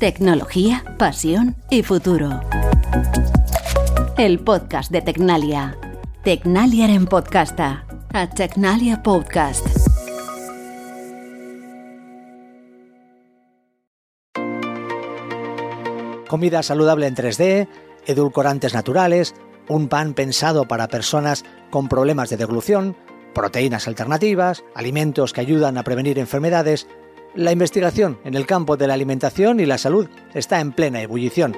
Tecnología, pasión y futuro. El podcast de Tecnalia. Tecnalia en podcasta. A Tecnalia Podcast. Comida saludable en 3D, edulcorantes naturales, un pan pensado para personas con problemas de deglución, proteínas alternativas, alimentos que ayudan a prevenir enfermedades. La investigación en el campo de la alimentación y la salud está en plena ebullición.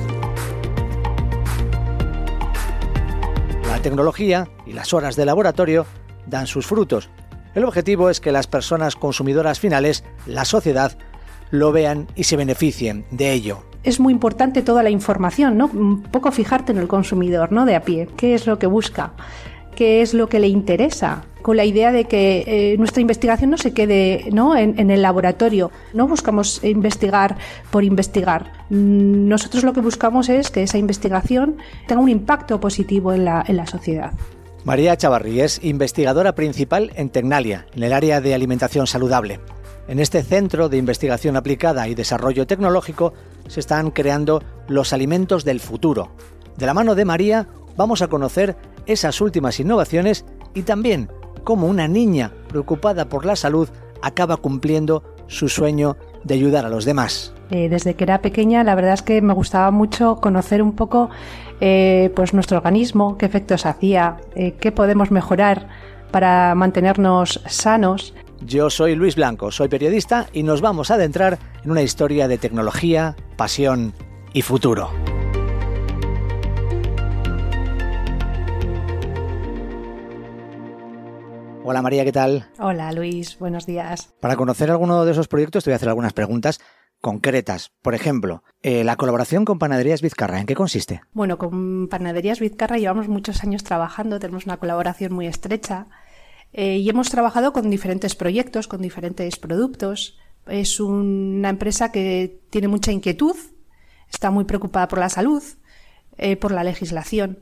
La tecnología y las horas de laboratorio dan sus frutos. El objetivo es que las personas consumidoras finales, la sociedad, lo vean y se beneficien de ello. Es muy importante toda la información, ¿no? Un poco fijarte en el consumidor, ¿no? De a pie. ¿Qué es lo que busca? ¿Qué es lo que le interesa? Con la idea de que nuestra investigación no se quede, ¿no? en el laboratorio. No buscamos investigar por investigar. Nosotros lo que buscamos es que esa investigación tenga un impacto positivo en la sociedad. María Chavarri es investigadora principal en Tecnalia, en el área de alimentación saludable. En este centro de investigación aplicada y desarrollo tecnológico se están creando los alimentos del futuro. De la mano de María vamos a conocer esas últimas innovaciones y también cómo una niña preocupada por la salud acaba cumpliendo su sueño de ayudar a los demás. Desde que era pequeña, la verdad es que me gustaba mucho conocer un poco pues nuestro organismo, qué efectos hacía, qué podemos mejorar para mantenernos sanos. Yo soy Luis Blanco, soy periodista y nos vamos a adentrar en una historia de tecnología, pasión y futuro. Hola María, ¿qué tal? Hola Luis, buenos días. Para conocer alguno de esos proyectos te voy a hacer algunas preguntas concretas. Por ejemplo, la colaboración con Panaderías Vizcarra, ¿en qué consiste? Bueno, con Panaderías Vizcarra llevamos muchos años trabajando, tenemos una colaboración muy estrecha y hemos trabajado con diferentes proyectos, con diferentes productos. Es una empresa que tiene mucha inquietud, está muy preocupada por la salud, por la legislación.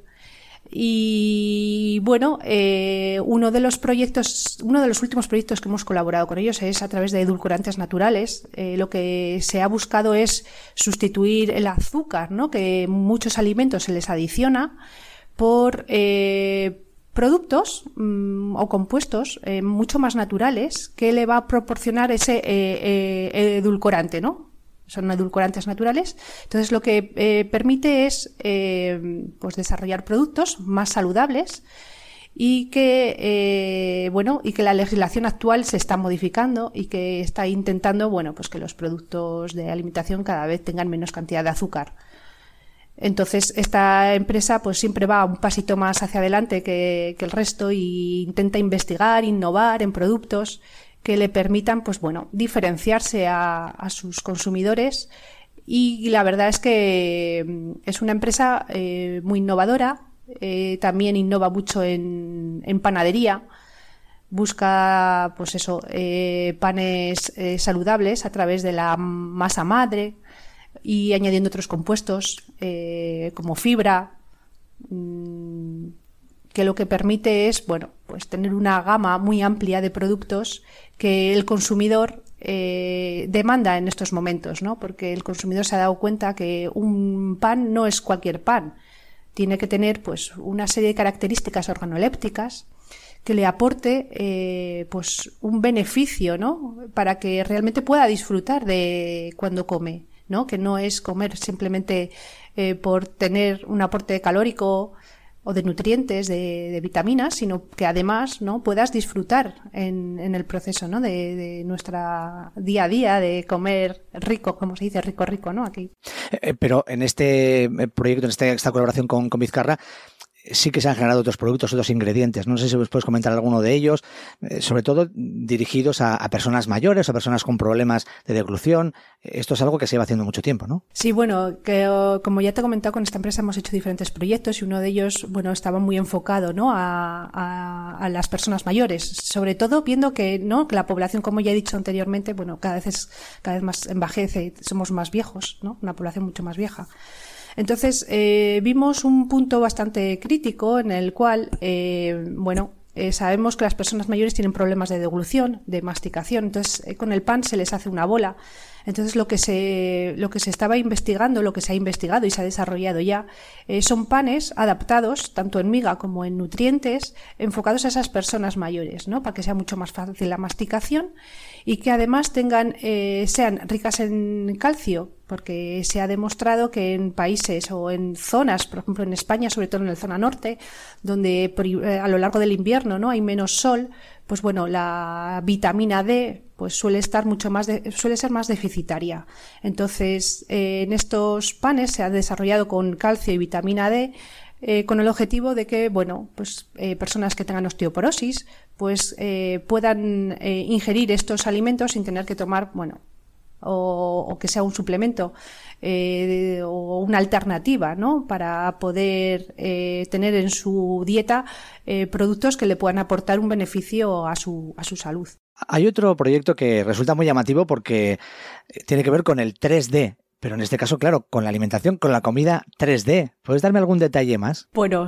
Y bueno, uno de los últimos proyectos que hemos colaborado con ellos es a través de edulcorantes naturales. Lo que se ha buscado es sustituir el azúcar, ¿no? Que muchos alimentos se les adiciona por productos o compuestos mucho más naturales que le va a proporcionar ese edulcorante, ¿no? Son edulcorantes naturales. Entonces lo que permite es pues desarrollar productos más saludables y que la legislación actual se está modificando y que está intentando pues que los productos de alimentación cada vez tengan menos cantidad de azúcar. Entonces esta empresa pues siempre va un pasito más hacia adelante que el resto e intenta investigar, innovar en productos que le permitan diferenciarse a sus consumidores, y la verdad es que es una empresa muy innovadora. También innova mucho en panadería, busca panes saludables a través de la masa madre y añadiendo otros compuestos como fibra, que lo que permite es tener una gama muy amplia de productos que el consumidor demanda en estos momentos, ¿no? Porque el consumidor se ha dado cuenta que un pan no es cualquier pan, tiene que tener una serie de características organolépticas que le aporte un beneficio, ¿no? Para que realmente pueda disfrutar de cuando come, ¿no? Que no es comer simplemente por tener un aporte calórico o de nutrientes, de vitaminas, sino que además, ¿no?, puedas disfrutar en el proceso, ¿no?, de nuestra día a día, de comer rico, como se dice, rico, ¿no?, aquí. Pero en este proyecto, en esta colaboración con Vizcarra, sí que se han generado otros productos, otros ingredientes. No sé si os puedes comentar alguno de ellos, sobre todo dirigidos a personas mayores o a personas con problemas de deglución. Esto es algo que se lleva haciendo mucho tiempo, ¿no? Sí, como ya te he comentado, con esta empresa hemos hecho diferentes proyectos y uno de ellos, estaba muy enfocado, ¿no?, a las personas mayores, sobre todo viendo que la población, como ya he dicho anteriormente, cada vez más envejece, somos más viejos, ¿no?, una población mucho más vieja. Entonces, vimos un punto bastante crítico en el cual, sabemos que las personas mayores tienen problemas de deglución, de masticación, entonces con el pan se les hace una bola. Entonces lo que se estaba investigando, lo que se ha investigado y se ha desarrollado ya, son panes adaptados, tanto en miga como en nutrientes, enfocados a esas personas mayores, ¿no? Para que sea mucho más fácil la masticación y que además sean ricas en calcio, porque se ha demostrado que en países o en zonas, por ejemplo en España, sobre todo en la zona norte, donde a lo largo del invierno, ¿no?, hay menos sol, pues bueno, la vitamina D pues suele ser más deficitaria. Entonces, en estos panes se ha desarrollado con calcio y vitamina D, con el objetivo de que, bueno, pues personas que tengan osteoporosis pues puedan ingerir estos alimentos sin tener que tomar, bueno, o que sea un suplemento o una alternativa, ¿no?, para poder tener en su dieta productos que le puedan aportar un beneficio a su salud. Hay otro proyecto que resulta muy llamativo porque tiene que ver con el 3D. Pero en este caso, claro, con la alimentación, con la comida 3D. ¿Puedes darme algún detalle más? Bueno,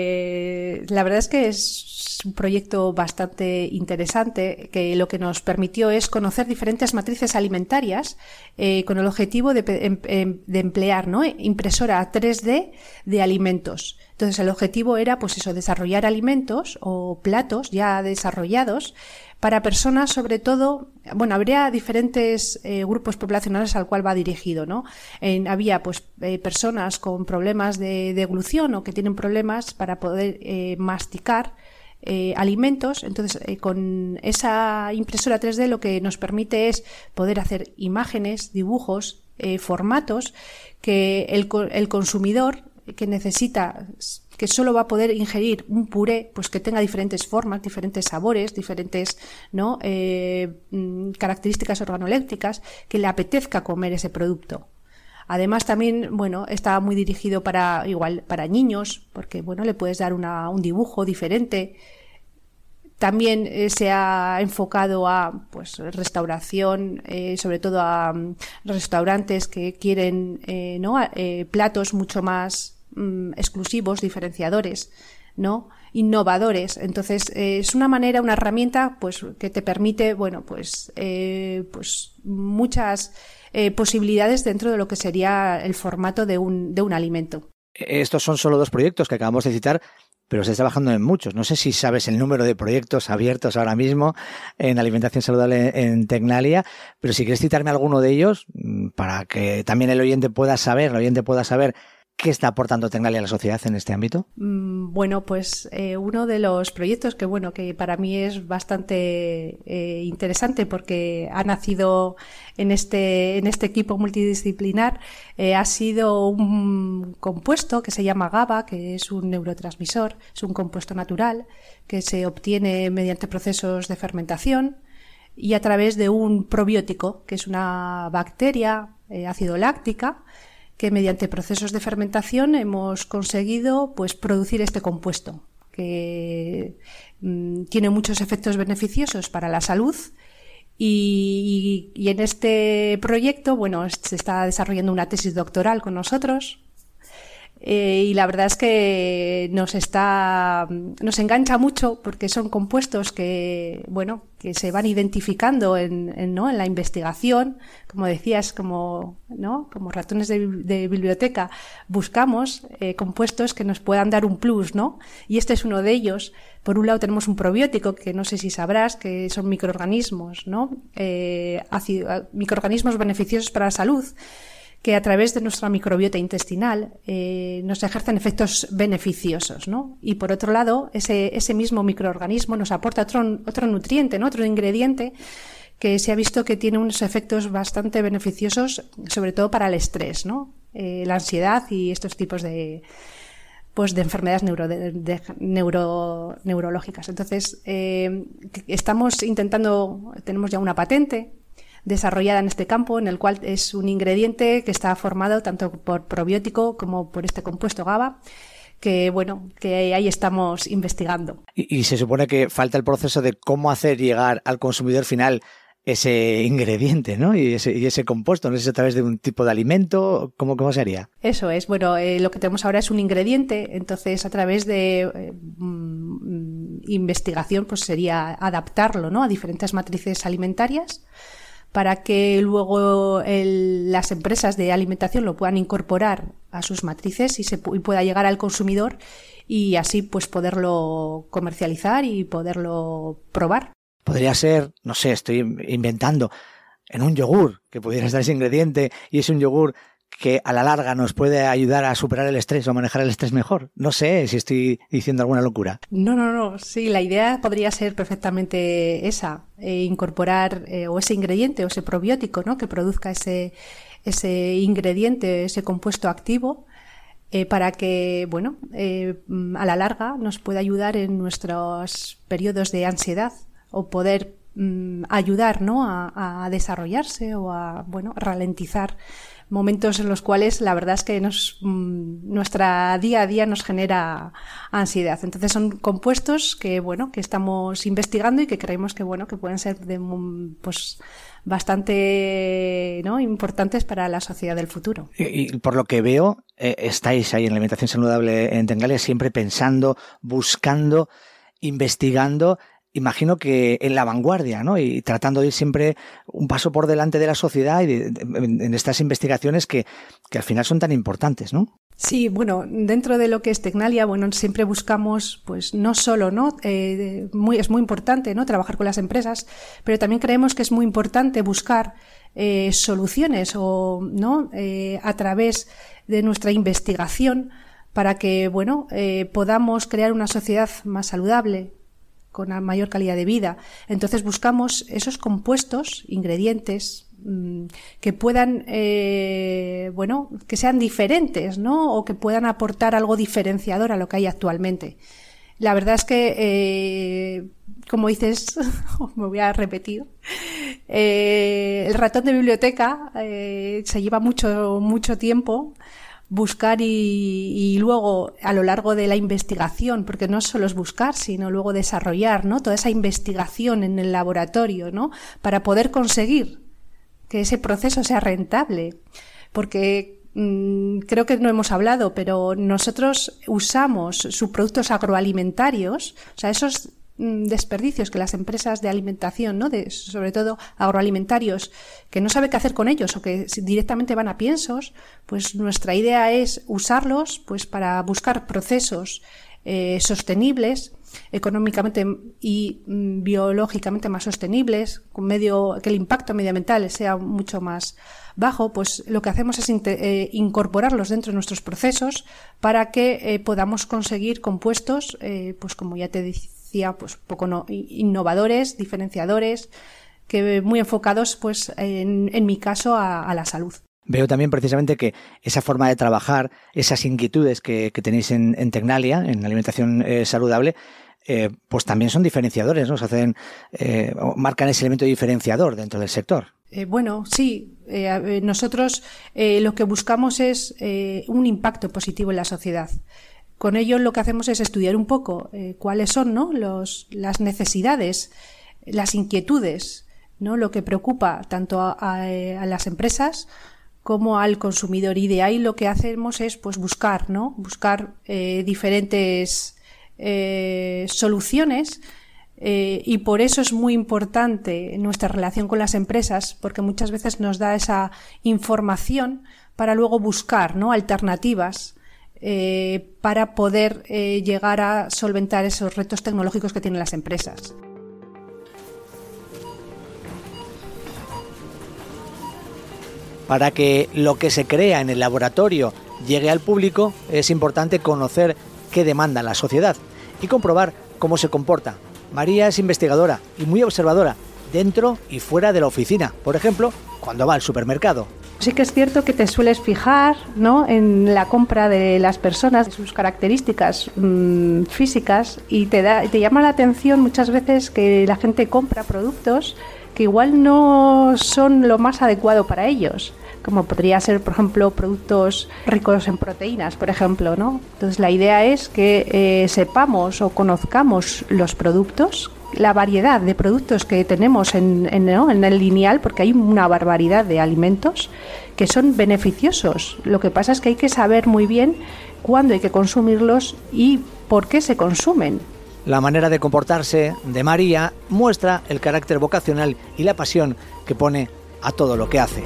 la verdad es que es un proyecto bastante interesante que lo que nos permitió es conocer diferentes matrices alimentarias con el objetivo de emplear, ¿no?, impresora 3D de alimentos. Entonces el objetivo era, pues eso, desarrollar alimentos o platos ya desarrollados para personas, sobre todo, bueno, habría diferentes grupos poblacionales al cual va dirigido, ¿no? Había pues personas con problemas de deglución o que tienen problemas para poder masticar alimentos. Entonces, con esa impresora 3D lo que nos permite es poder hacer imágenes, dibujos, formatos que el consumidor que necesita, que solo va a poder ingerir un puré, pues que tenga diferentes formas, diferentes sabores, diferentes, ¿no?, características organolépticas, que le apetezca comer ese producto. Además también, bueno, está muy dirigido para niños, porque bueno, le puedes dar un dibujo diferente. También se ha enfocado a pues restauración, sobre todo a restaurantes que quieren platos mucho más exclusivos, diferenciadores, ¿no?, innovadores. Entonces es una herramienta pues que te permite, bueno, pues muchas posibilidades dentro de lo que sería el formato de un alimento. Estos son solo 2 proyectos que acabamos de citar, pero estáis trabajando en muchos. No sé si sabes el número de proyectos abiertos ahora mismo en alimentación saludable en Tecnalia, pero si quieres citarme alguno de ellos para que también el oyente pueda saber qué está aportando Tecnalia a la sociedad en este ámbito. Bueno, pues uno de los proyectos que para mí es bastante interesante porque ha nacido en este equipo multidisciplinar, ha sido un compuesto que se llama GABA, que es un neurotransmisor, es un compuesto natural que se obtiene mediante procesos de fermentación y a través de un probiótico, que es una bacteria ácido láctica, que mediante procesos de fermentación hemos conseguido pues producir este compuesto que tiene muchos efectos beneficiosos para la salud y en este proyecto, bueno, se está desarrollando una tesis doctoral con nosotros y la verdad es que nos engancha mucho porque son compuestos que se van identificando en la investigación, como decías, como ratones de biblioteca, buscamos compuestos que nos puedan dar un plus, ¿no? Y este es uno de ellos. Por un lado tenemos un probiótico que no sé si sabrás que son microorganismos, ¿no? Microorganismos beneficiosos para la salud, que a través de nuestra microbiota intestinal nos ejercen efectos beneficiosos, ¿no? Y por otro lado, ese mismo microorganismo nos aporta otro nutriente, ¿no?, otro ingrediente que se ha visto que tiene unos efectos bastante beneficiosos, sobre todo para el estrés, ¿no? La ansiedad y estos tipos de enfermedades neurológicas. Entonces, tenemos ya una patente desarrollada en este campo, en el cual es un ingrediente que está formado tanto por probiótico como por este compuesto GABA, que ahí estamos investigando. Y se supone que falta el proceso de cómo hacer llegar al consumidor final ese ingrediente, ¿no? Y ese compuesto, no sé si a través de un tipo de alimento, ¿cómo sería? Eso es, lo que tenemos ahora es un ingrediente, entonces a través de investigación pues sería adaptarlo, ¿no?, a diferentes matrices alimentarias para que luego las empresas de alimentación lo puedan incorporar a sus matrices y pueda llegar al consumidor y así pues poderlo comercializar y poderlo probar. Podría ser, no sé, estoy inventando, en un yogur que pudiera estar ese ingrediente y es un yogur que a la larga nos puede ayudar a superar el estrés o a manejar el estrés mejor. No sé si estoy diciendo alguna locura. No. Sí, la idea podría ser perfectamente esa, incorporar o ese ingrediente o ese probiótico, ¿no?, que produzca ese ingrediente, ese compuesto activo, para que, bueno, a la larga nos pueda ayudar en nuestros periodos de ansiedad o poder ayudar, ¿no?, a desarrollarse o a, bueno, ralentizar momentos en los cuales la verdad es que nuestra día a día nos genera ansiedad. Entonces son compuestos que, bueno, que estamos investigando y que creemos que, bueno, que pueden ser pues bastante, ¿no?, importantes para la sociedad del futuro. Y por lo que veo, estáis ahí en la alimentación saludable en Tecnalia siempre pensando, buscando, investigando. Imagino que en la vanguardia, ¿no?, y tratando de ir siempre un paso por delante de la sociedad y en estas investigaciones que al final son tan importantes, ¿no? Sí, bueno, dentro de lo que es Tecnalia, bueno, siempre buscamos, pues no solo, ¿no?, es muy importante, ¿no?, trabajar con las empresas, pero también creemos que es muy importante buscar soluciones o, ¿no?, a través de nuestra investigación para que, bueno, podamos crear una sociedad más saludable, con una mayor calidad de vida. Entonces buscamos esos compuestos, ingredientes, que puedan, bueno, que sean diferentes, ¿no?, o que puedan aportar algo diferenciador a lo que hay actualmente. La verdad es que, como dices, me voy a repetir, el ratón de biblioteca se lleva mucho tiempo buscar y luego a lo largo de la investigación, porque no solo es buscar, sino luego desarrollar, ¿no?, toda esa investigación en el laboratorio, ¿no?, para poder conseguir que ese proceso sea rentable. Porque creo que no hemos hablado, pero nosotros usamos subproductos agroalimentarios, o sea, esos desperdicios que las empresas de alimentación, ¿no?, sobre todo agroalimentarios, que no sabe qué hacer con ellos o que directamente van a piensos, pues nuestra idea es usarlos pues para buscar procesos sostenibles, económicamente y biológicamente más sostenibles, que el impacto medioambiental sea mucho más bajo. Pues lo que hacemos es incorporarlos dentro de nuestros procesos para que podamos conseguir compuestos, pues como ya te decía, pues poco innovadores, diferenciadores, que muy enfocados, pues en mi caso, a la salud. Veo también precisamente que esa forma de trabajar, esas inquietudes que tenéis en Tecnalia, en la alimentación saludable, pues también son diferenciadores, ¿no? Marcan ese elemento diferenciador dentro del sector. Bueno, sí. Nosotros lo que buscamos es un impacto positivo en la sociedad. Con ello lo que hacemos es estudiar un poco cuáles son, ¿no?, las necesidades, las inquietudes, ¿no?, lo que preocupa tanto a las empresas como al consumidor. Y de ahí lo que hacemos es pues buscar diferentes soluciones, y por eso es muy importante nuestra relación con las empresas, porque muchas veces nos da esa información para luego buscar, ¿no?, alternativas para poder llegar a solventar esos retos tecnológicos que tienen las empresas. Para que lo que se crea en el laboratorio llegue al público, es importante conocer qué demanda la sociedad y comprobar cómo se comporta. María es investigadora y muy observadora, dentro y fuera de la oficina, por ejemplo, cuando va al supermercado. Sí que es cierto que te sueles fijar, ¿no?, en la compra de las personas, sus características físicas, y te llama la atención muchas veces que la gente compra productos que igual no son lo más adecuado para ellos, como podría ser, por ejemplo, productos ricos en proteínas, por ejemplo, ¿no? Entonces la idea es que sepamos o conozcamos los productos, la variedad de productos que tenemos en el lineal, porque hay una barbaridad de alimentos que son beneficiosos. Lo que pasa es que hay que saber muy bien cuándo hay que consumirlos y por qué se consumen. La manera de comportarse de María muestra el carácter vocacional y la pasión que pone a todo lo que hace.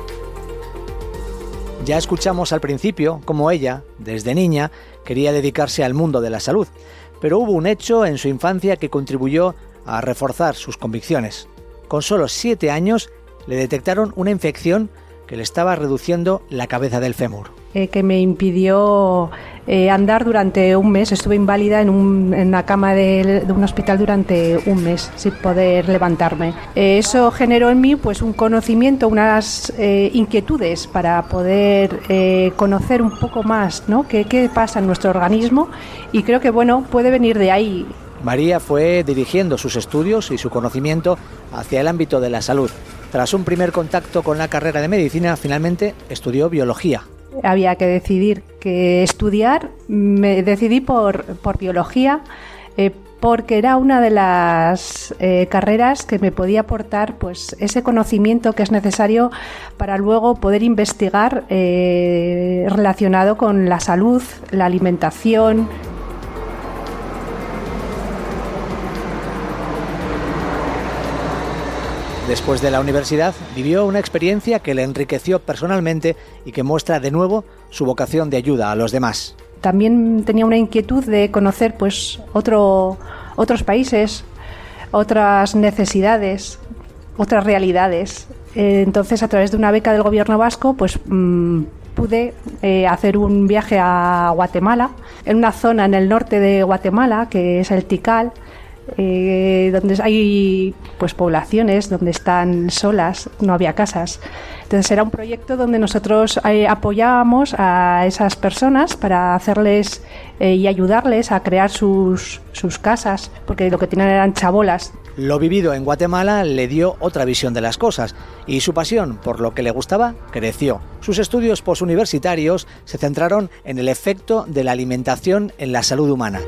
Ya escuchamos al principio cómo ella, desde niña, quería dedicarse al mundo de la salud, pero hubo un hecho en su infancia que contribuyó a reforzar sus convicciones. Con solo 7 años le detectaron una infección que le estaba reduciendo la cabeza del fémur. Que me impidió andar durante un mes. Estuve inválida en una cama de un hospital durante un mes sin poder levantarme. Eso generó en mí pues un conocimiento, unas inquietudes para poder conocer un poco más, ¿no? qué pasa en nuestro organismo, y creo que puede venir de ahí. María fue dirigiendo sus estudios y su conocimiento hacia el ámbito de la salud. Tras un primer contacto con la carrera de medicina, finalmente estudió biología. Había que decidir qué estudiar. Me decidí por biología porque era una de las carreras que me podía aportar pues ese conocimiento que es necesario para luego poder investigar relacionado con la salud, la alimentación. Después de la universidad, vivió una experiencia que le enriqueció personalmente y que muestra de nuevo su vocación de ayuda a los demás. También tenía una inquietud de conocer pues otros países, otras necesidades, otras realidades. Entonces, a través de una beca del gobierno vasco, pues pude hacer un viaje a Guatemala, en una zona en el norte de Guatemala, que es el Tikal, donde hay pues poblaciones donde están solas, no había casas. Entonces era un proyecto donde nosotros apoyábamos a esas personas para hacerles y ayudarles a crear sus casas, porque lo que tenían eran chabolas. Lo vivido en Guatemala le dio otra visión de las cosas y su pasión por lo que le gustaba creció. Sus estudios posuniversitarios se centraron en el efecto de la alimentación en la salud humana.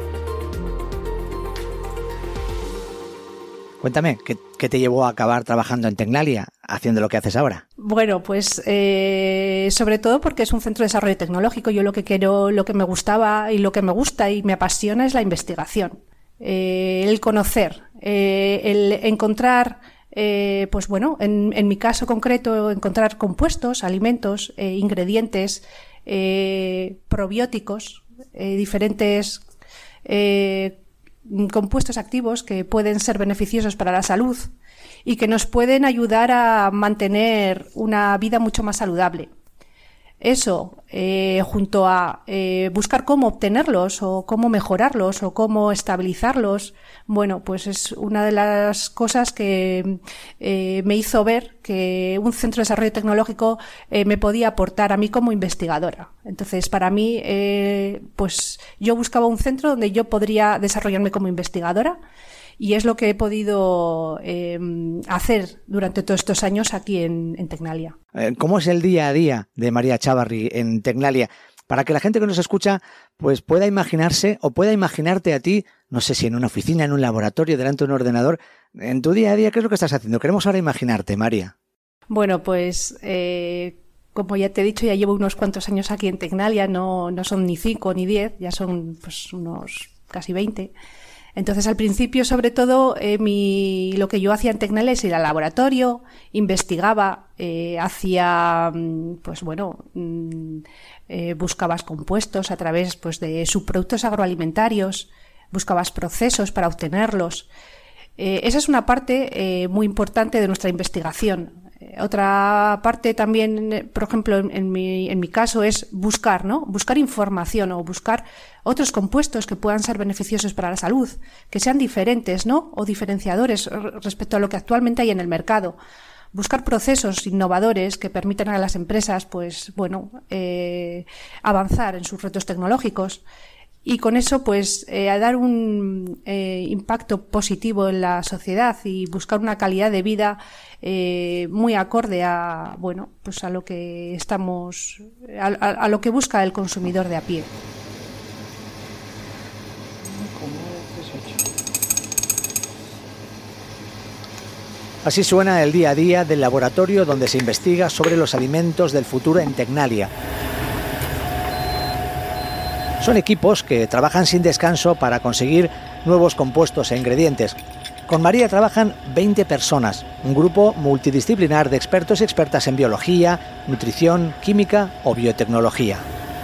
Cuéntame, ¿qué te llevó a acabar trabajando en Tecnalia, haciendo lo que haces ahora? Bueno, pues sobre todo porque es un centro de desarrollo tecnológico. Yo lo que quiero, lo que me gustaba y lo que me gusta y me apasiona es la investigación, el conocer, el encontrar, pues bueno, en mi caso concreto, encontrar compuestos, alimentos, ingredientes, probióticos, diferentes compuestos activos que pueden ser beneficiosos para la salud y que nos pueden ayudar a mantener una vida mucho más saludable. Eso, junto a buscar cómo obtenerlos o cómo mejorarlos o cómo estabilizarlos, bueno, pues es una de las cosas que me hizo ver que un centro de desarrollo tecnológico me podía aportar a mí como investigadora. Entonces, para mí, pues yo buscaba un centro donde yo podría desarrollarme como investigadora, y es lo que he podido hacer durante todos estos años aquí en Tecnalia. ¿Cómo es el día a día de María Chávarri en Tecnalia? Para que la gente que nos escucha pues pueda imaginarse o pueda imaginarte a ti, no sé si en una oficina, en un laboratorio, delante de un ordenador, en tu día a día, ¿qué es lo que estás haciendo? Queremos ahora imaginarte, María. Bueno, pues como ya te he dicho, ya llevo unos cuantos años aquí en Tecnalia, no son ni 5 ni 10, ya son pues unos casi 20. Entonces, al principio, sobre todo, lo que yo hacía en Tecnalia es ir al laboratorio, investigaba, buscabas compuestos a través pues, de subproductos agroalimentarios, buscabas procesos para obtenerlos. Esa es una parte muy importante de nuestra investigación. Otra parte también, por ejemplo, en mi caso, es buscar, ¿no? Buscar información o buscar otros compuestos que puedan ser beneficiosos para la salud, que sean diferentes, ¿no? O diferenciadores respecto a lo que actualmente hay en el mercado. Buscar procesos innovadores que permitan a las empresas, pues, bueno, avanzar en sus retos tecnológicos. Y con eso, pues, a dar un impacto positivo en la sociedad y buscar una calidad de vida muy acorde a, bueno, pues a lo que estamos, a lo que busca el consumidor de a pie. Así suena el día a día del laboratorio donde se investiga sobre los alimentos del futuro en Tecnalia. Son equipos que trabajan sin descanso para conseguir nuevos compuestos e ingredientes. Con María trabajan 20 personas, un grupo multidisciplinar de expertos y expertas en biología, nutrición, química o biotecnología.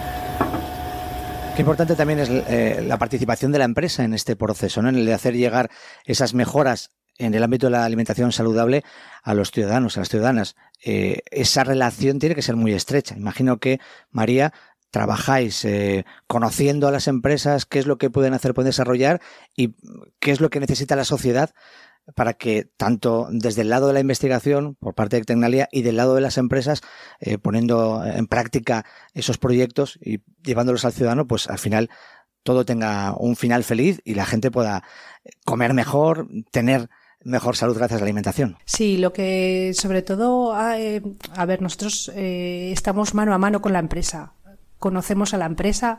Qué importante también es la participación de la empresa en este proceso, ¿no? En el de hacer llegar esas mejoras en el ámbito de la alimentación saludable a los ciudadanos, a las ciudadanas. Esa relación tiene que ser muy estrecha. Imagino que, María, trabajáis conociendo a las empresas, qué es lo que pueden hacer, pueden desarrollar y qué es lo que necesita la sociedad para que tanto desde el lado de la investigación por parte de Tecnalia y del lado de las empresas, poniendo en práctica esos proyectos y llevándolos al ciudadano, pues al final todo tenga un final feliz y la gente pueda comer mejor, tener mejor salud gracias a la alimentación. Sí, lo que sobre todo, nosotros estamos mano a mano con la empresa, conocemos a la empresa,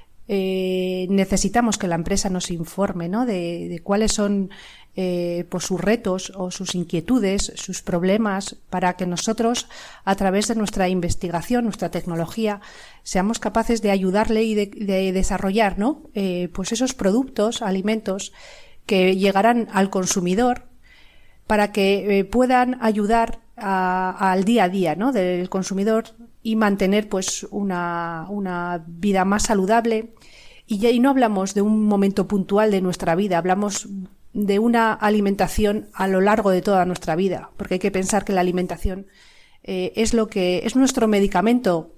necesitamos que la empresa nos informe, ¿no? de cuáles son pues sus retos o sus inquietudes, sus problemas, para que nosotros, a través de nuestra investigación, nuestra tecnología, seamos capaces de ayudarle y de desarrollar, ¿no? Pues esos productos, alimentos que llegarán al consumidor para que puedan ayudar al día a día, ¿no? del consumidor y mantener pues una vida más saludable. Y no hablamos de un momento puntual de nuestra vida, hablamos de una alimentación a lo largo de toda nuestra vida, porque hay que pensar que la alimentación es nuestro medicamento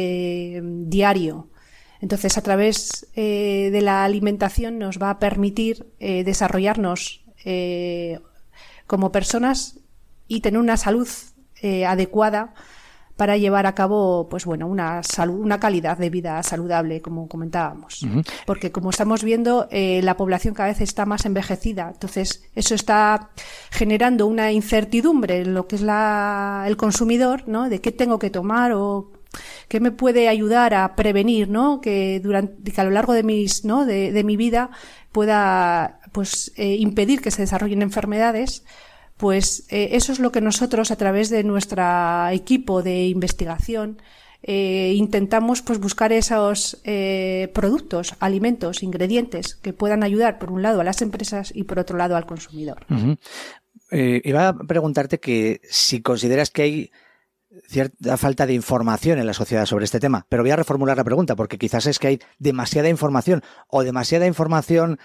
diario. Entonces, a través de la alimentación nos va a permitir desarrollarnos como personas y tener una salud adecuada para llevar a cabo, pues bueno, una calidad de vida saludable, como comentábamos. Uh-huh. Porque como estamos viendo, la población cada vez está más envejecida. Entonces, eso está generando una incertidumbre en lo que es el consumidor, ¿no? De qué tengo que tomar o qué me puede ayudar a prevenir, ¿no? Que a lo largo de mi vida pueda, pues, impedir que se desarrollen enfermedades. Pues eso es lo que nosotros, a través de nuestro equipo de investigación, intentamos pues buscar esos productos, alimentos, ingredientes que puedan ayudar, por un lado, a las empresas y por otro lado al consumidor. Uh-huh. Iba a preguntarte que si consideras que hay cierta falta de información en la sociedad sobre este tema, pero voy a reformular la pregunta porque quizás es que hay demasiada información o demasiada información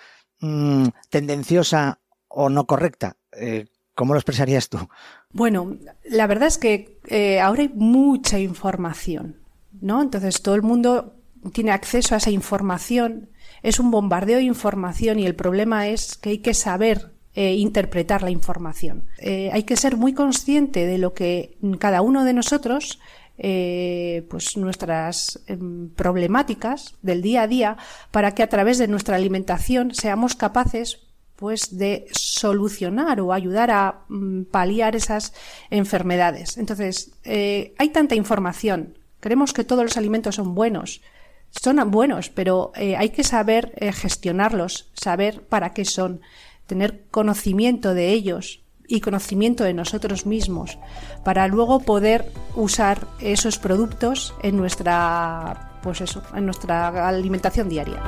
tendenciosa o no correcta. ¿Cómo lo expresarías tú? Bueno, la verdad es que ahora hay mucha información, ¿no? Entonces todo el mundo tiene acceso a esa información, es un bombardeo de información y el problema es que hay que saber interpretar la información. Hay que ser muy consciente de lo que cada uno de nosotros, pues nuestras problemáticas del día a día, para que a través de nuestra alimentación seamos capaces pues de solucionar o ayudar a paliar esas enfermedades. Entonces, hay tanta información. Creemos que todos los alimentos son buenos, pero hay que saber gestionarlos, saber para qué son, tener conocimiento de ellos y conocimiento de nosotros mismos, para luego poder usar esos productos en nuestra alimentación diaria.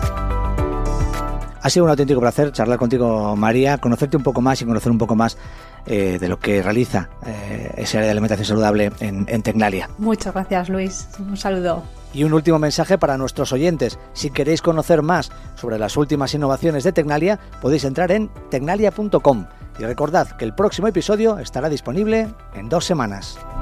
Ha sido un auténtico placer charlar contigo, María, conocerte un poco más y conocer un poco más de lo que realiza ese área de alimentación saludable en Tecnalia. Muchas gracias, Luis. Un saludo. Y un último mensaje para nuestros oyentes. Si queréis conocer más sobre las últimas innovaciones de Tecnalia, podéis entrar en tecnalia.com. Y recordad que el próximo episodio estará disponible en 2 semanas.